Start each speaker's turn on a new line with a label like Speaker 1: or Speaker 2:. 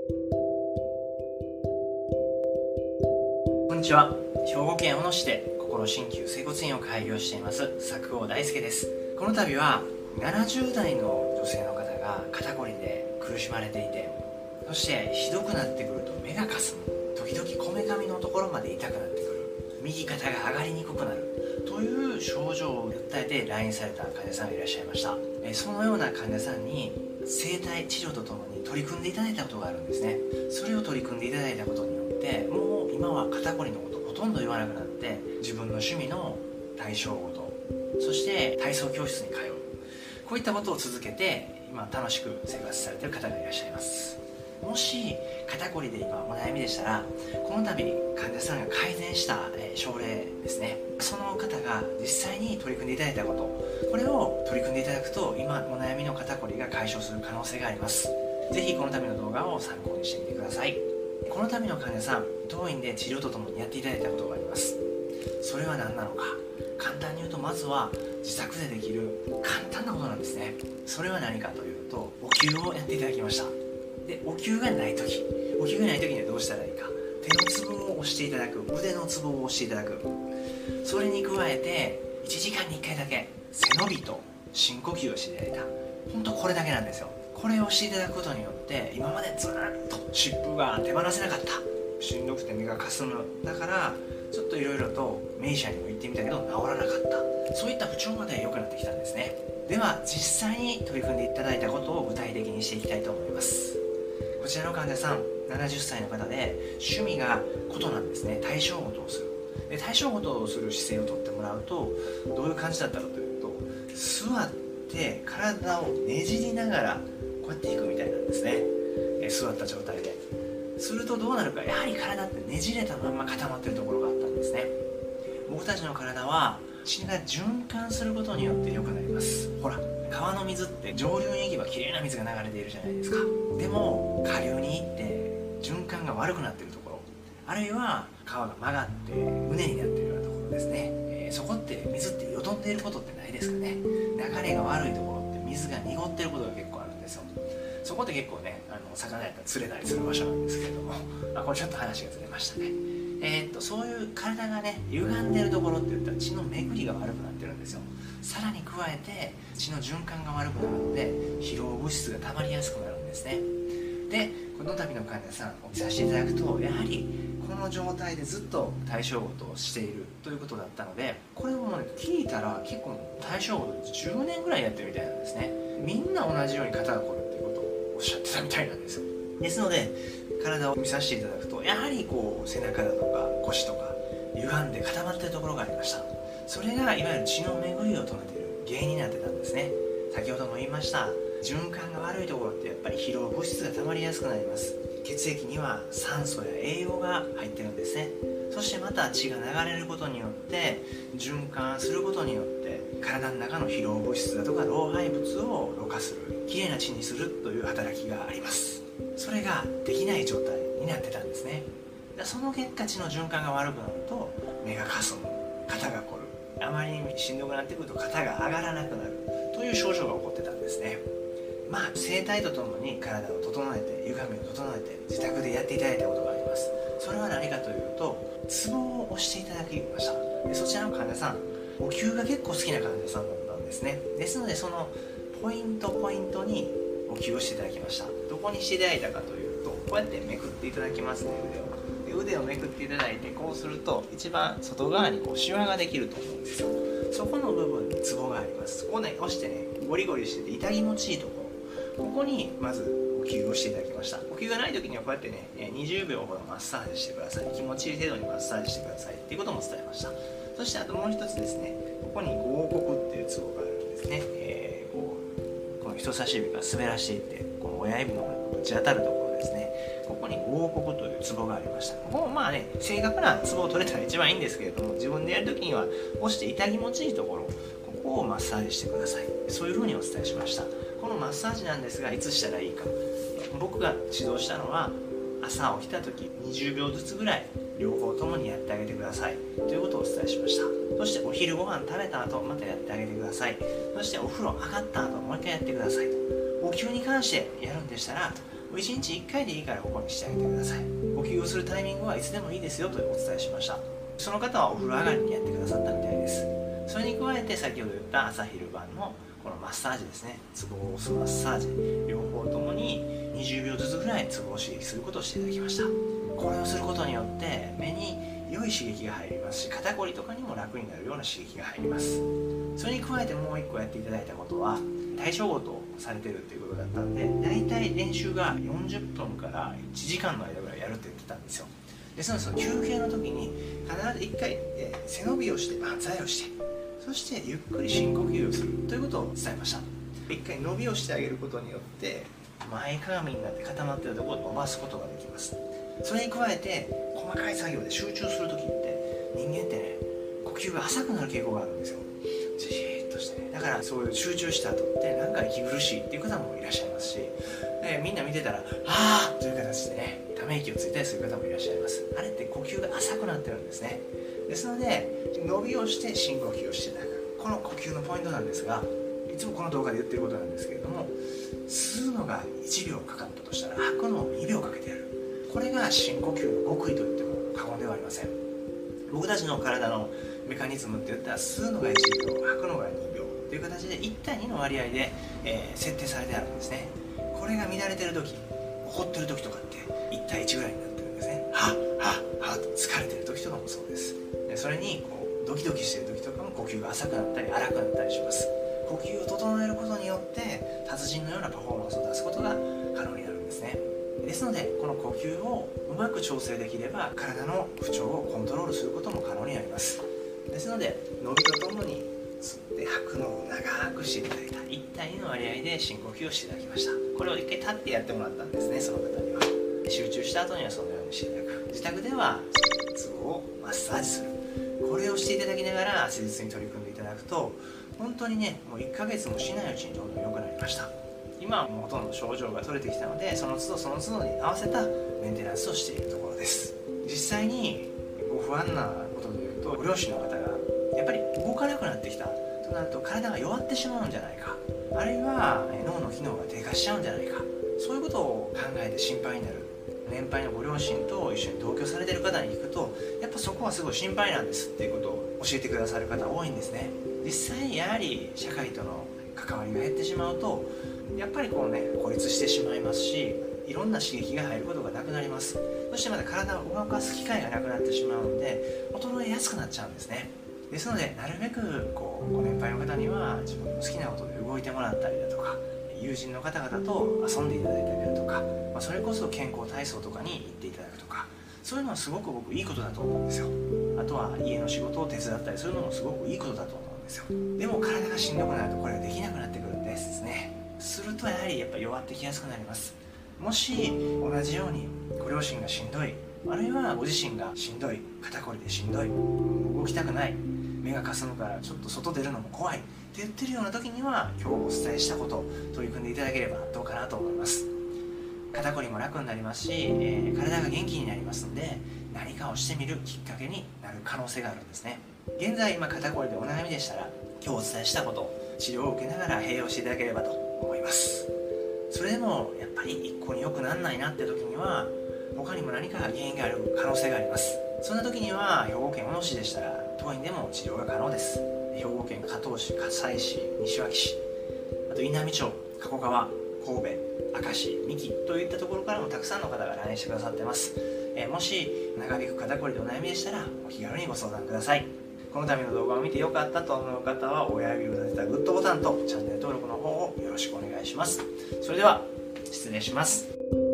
Speaker 1: こんにちは。兵庫県小野市で心鍼灸整骨院を開業しています佐久尾大輔です。この度は70代の女性の方が肩こりで苦しまれていて、そしてひどくなってくると目がかすむ、時々こめかみのところまで痛くなってくる、右肩が上がりにくくなるという症状を訴えて来院された患者さんがいらっしゃいました。そのような患者さんに整体治療とともに取り組んでいただいたことがあるんですね。それを取り組んでいただいたことによってもう今は肩こりのことほとんど言わなくなって、自分の趣味の対象ごと、そして体操教室に通う、こういったことを続けて今楽しく生活されている方がいらっしゃいます。もし肩こりで今お悩みでしたら、この度患者さんが改善した症例ですね、その方が実際に取り組んでいただいたこと、これを取り組んでいただくと今お悩みの肩こりが解消する可能性があります。ぜひこの度の動画を参考にしてみてください。この度の患者さん、当院で治療とともにやっていただいたことがあります。それは何なのか、簡単に言うとまずは自宅でできる簡単なことなんですね。それは何かというと、お灸をやっていただきました。で、お灸がない時にはどうしたらいいか、手のツボを押していただく、腕のツボを押していただく、それに加えて1時間に1回だけ背伸びと深呼吸をしていただいた、本当これだけなんですよ。これをしていただくことによって今までずっと湿布が手放せなかった、しんどくて目がかすむ、だからちょっといろいろと名医者にも行ってみたけど治らなかった、そういった不調まで良くなってきたんですね。では実際に取り組んでいただいたことを具体的にしていきたいと思います。こちらの患者さん、70歳の方で趣味が琴なんですね。対象琴をする。で、対象琴をする姿勢をとってもらうとどういう感じだったかというと、座って体をねじりながらこうやっていくみたいなんですね。座った状態でするとどうなるか、やはり体ってねじれたまんま固まってるところがあったんですね。僕たちの体は血が循環することによって良くなります。ほら、川の水って上流に行けばきれいな水が流れているじゃないですか。でも下流に行って循環が悪くなっているところ、あるいは川が曲がって畝になっているようなところですね、そこって水ってよどんでいることってないですかね。流れが悪いところって水が濁っていることが結構あるんですよ。そこって結構ね、魚やったら釣れたりする場所なんですけれども、これちょっと話がずれましたね。そういう体がね歪んでるところっていったら血の巡りが悪くなってるんですよ。さらに加えて血の循環が悪くなるので疲労物質が溜まりやすくなるんですね。で、この度の患者さんお見させていただくと、やはりこの状態でずっと対象事をしているということだったので、これをもうね聞いたら結構対象事10年ぐらいやってるみたいなんですね。みんな同じように肩が凝るっていうことをおっしゃってたみたいなんですよ。ですので体を見させていただくと、やはりこう背中だとか腰とか歪んで固まっているところがありました。それがいわゆる血の巡りを止めている原因になってたんですね。先ほども言いました、循環が悪いところってやっぱり疲労物質が溜まりやすくなります。血液には酸素や栄養が入ってるんですね。そしてまた血が流れることによって循環することによって体の中の疲労物質だとか老廃物をろ過する、きれいな血にするという働きがあります。それができない状態になってたんですね。その結果血の循環が悪くなると目がかすむ、肩が凝る、あまりにしんどくなってくると肩が上がらなくなるという症状が起こってたんですね。整体とともに体を整えて歪みを整えて自宅でやっていただいたことがあります。それは何かというと、ツボを押していただきました。で、そちらの患者さん、お灸が結構好きな患者さんだったんですね。ですのでそのポイントにお灸をしていただきました。どこにしていただいたかというと、こうやってめくっていただきますね、腕をめくっていただいて、こうすると一番外側にこうシワができると思うんですよ。そこの部分にツボがあります。そこをね押してねゴリゴリしてて痛気持ちいいところ、ここにまずお灸をしていただきました。お灸がない時にはこうやってね20秒ほどマッサージしてください、気持ちいい程度にマッサージしてくださいっていうことも伝えました。そしてあともう一つですね、ここに合谷っていうツボがあるんですね。この人差し指が滑らしていってこの親指のぶち当たるところですね、ここに合谷というツボがありました。ここ正確なツボを取れたら一番いいんですけれども、自分でやるときには押して痛気持ちいいところ、ここをマッサージしてください、そういうふうにお伝えしました。このマッサージなんですが、いつしたらいいか、僕が指導したのは朝起きた時20秒ずつぐらい両方ともにやってあげてくださいということをお伝えしました。そしてお昼ご飯食べた後またやってあげてください。そしてお風呂上がった後もう一回やってください。お灸に関してやるんでしたら、 1日1回でいいからここにしてあげてください。呼吸をするタイミングはいつでもいいですよとお伝えしました。その方はお風呂上がりにやってくださったみたいです。それに加えて先ほど言った朝昼晩のこのマッサージですね、ツボを押すマッサージ、両方ともに20秒ずつぐらいツボを刺激することをしていただきました。これをすることによって目に良い刺激が入りますし、肩こりとかにも楽になるような刺激が入ります。それに加えてもう一個やっていただいたことは、体調ごとされてるっていうことだったんで、だいたい練習が40分から1時間の間ぐらいやるって言ってたんですよ。ですのでその休憩の時に必ず1回、背伸びをして万歳をして、そしてゆっくり深呼吸をするということを伝えました。1回伸びをしてあげることによって前かがみになって固まっているところを伸ばすことができます。それに加えて細かい作業で集中する時って人間ってね、呼吸が浅くなる傾向があるんですよ。じーっとしてね。だからそういう集中した後ってなんか息苦しいっていう方もいらっしゃいますし、みんな見てたらはぁという形でね、ため息をついたりする方もいらっしゃいます。あれって呼吸が浅くなってるんですね。ですので伸びをして深呼吸をしていただく、この呼吸のポイントなんですが、いつもこの動画で言ってることなんですけれども、吸うのが1秒かかったとしたら吐くのを2秒かけてやる。これが深呼吸の極意と言っても過言ではありません。僕たちの体のメカニズムって言ったら、吸うのが1秒、吐くのが2秒という形で1対2の割合で、設定されてあるんですね。これが乱れてる時、怒ってる時とかって1対1ぐらいになってるんですね。はっはっはっと疲れてる時とかもそうです。でそれにこうドキドキしてる時とかも呼吸が浅くなったり荒くなったりします。呼吸を整えることによって達人のようなパフォーマンスを出すことが可能になるんですね。ですのでこの呼吸をうまく調整できれば体の不調をコントロールすることも可能になります。ですので伸びとともに吸って吐くのを長くしていただいた1対2の割合で深呼吸をしていただきました。これを一回立ってやってもらったんですね。その方には集中した後にはそのようにしていただく。自宅ではツボをマッサージする、これをしていただきながら施術に取り組んでいただくと、本当にね、もう1ヶ月もしないうちにどんどん良くなりました。今はもうほとんど症状が取れてきたので、その都度その都度に合わせたメンテナンスをしているところです。実際にご不安なことでいうと、ご両親の方がやっぱり動かなくなってきたとなると体が弱ってしまうんじゃないか、あるいは脳の機能が低下しちゃうんじゃないか、そういうことを考えて心配になる。年配のご両親と一緒に同居されている方に聞くと、やっぱそこはすごい心配なんですっていうことを教えてくださる方多いんですね。実際やはり社会との関わりが減ってしまうと、やっぱりこうね、孤立してしまいますし、いろんな刺激が入ることがなくなります。そしてまた体を動かす機会がなくなってしまうので衰えやすくなっちゃうんですね。ですのでなるべくご年配の方には自分の好きなことで動いてもらったりだとか、友人の方々と遊んでいただいたりだとか、それこそ健康体操とかに行っていただくとか、そういうのはすごく僕いいことだと思うんですよ。あとは家の仕事を手伝ったりするのもすごくいいことだと思うんですよ。でも体がしんどくなるとこれができなくなってくるんですね。するとやはりやっぱ弱ってきやすくなります。もし同じようにご両親がしんどい、あるいはご自身がしんどい、肩こりでしんどい、動きたくない、目がかすむからちょっと外出るのも怖いって言ってるような時には、今日お伝えしたことを取り組んでいただければどうかなと思います。肩こりも楽になりますし、体が元気になりますので、何かをしてみるきっかけになる可能性があるんですね。現在今肩こりでお悩みでしたら、今日お伝えしたことを治療を受けながら併用していただければと思います。それでもやっぱり一向に良くならないなって時には、他にも何か原因がある可能性があります。そんな時には兵庫県小野市でしたら当院でも治療が可能です。兵庫県加東市、加西市、西脇市、あと稲美町、加古川、神戸、明石、三木といったところからもたくさんの方が来院してくださってます。もし長引く肩こりでお悩みでしたらお気軽にご相談ください。この度の動画を見て良かったと思う方は親指を立てたグッドボタンとチャンネル登録の方をよろしくお願いします。それでは失礼します。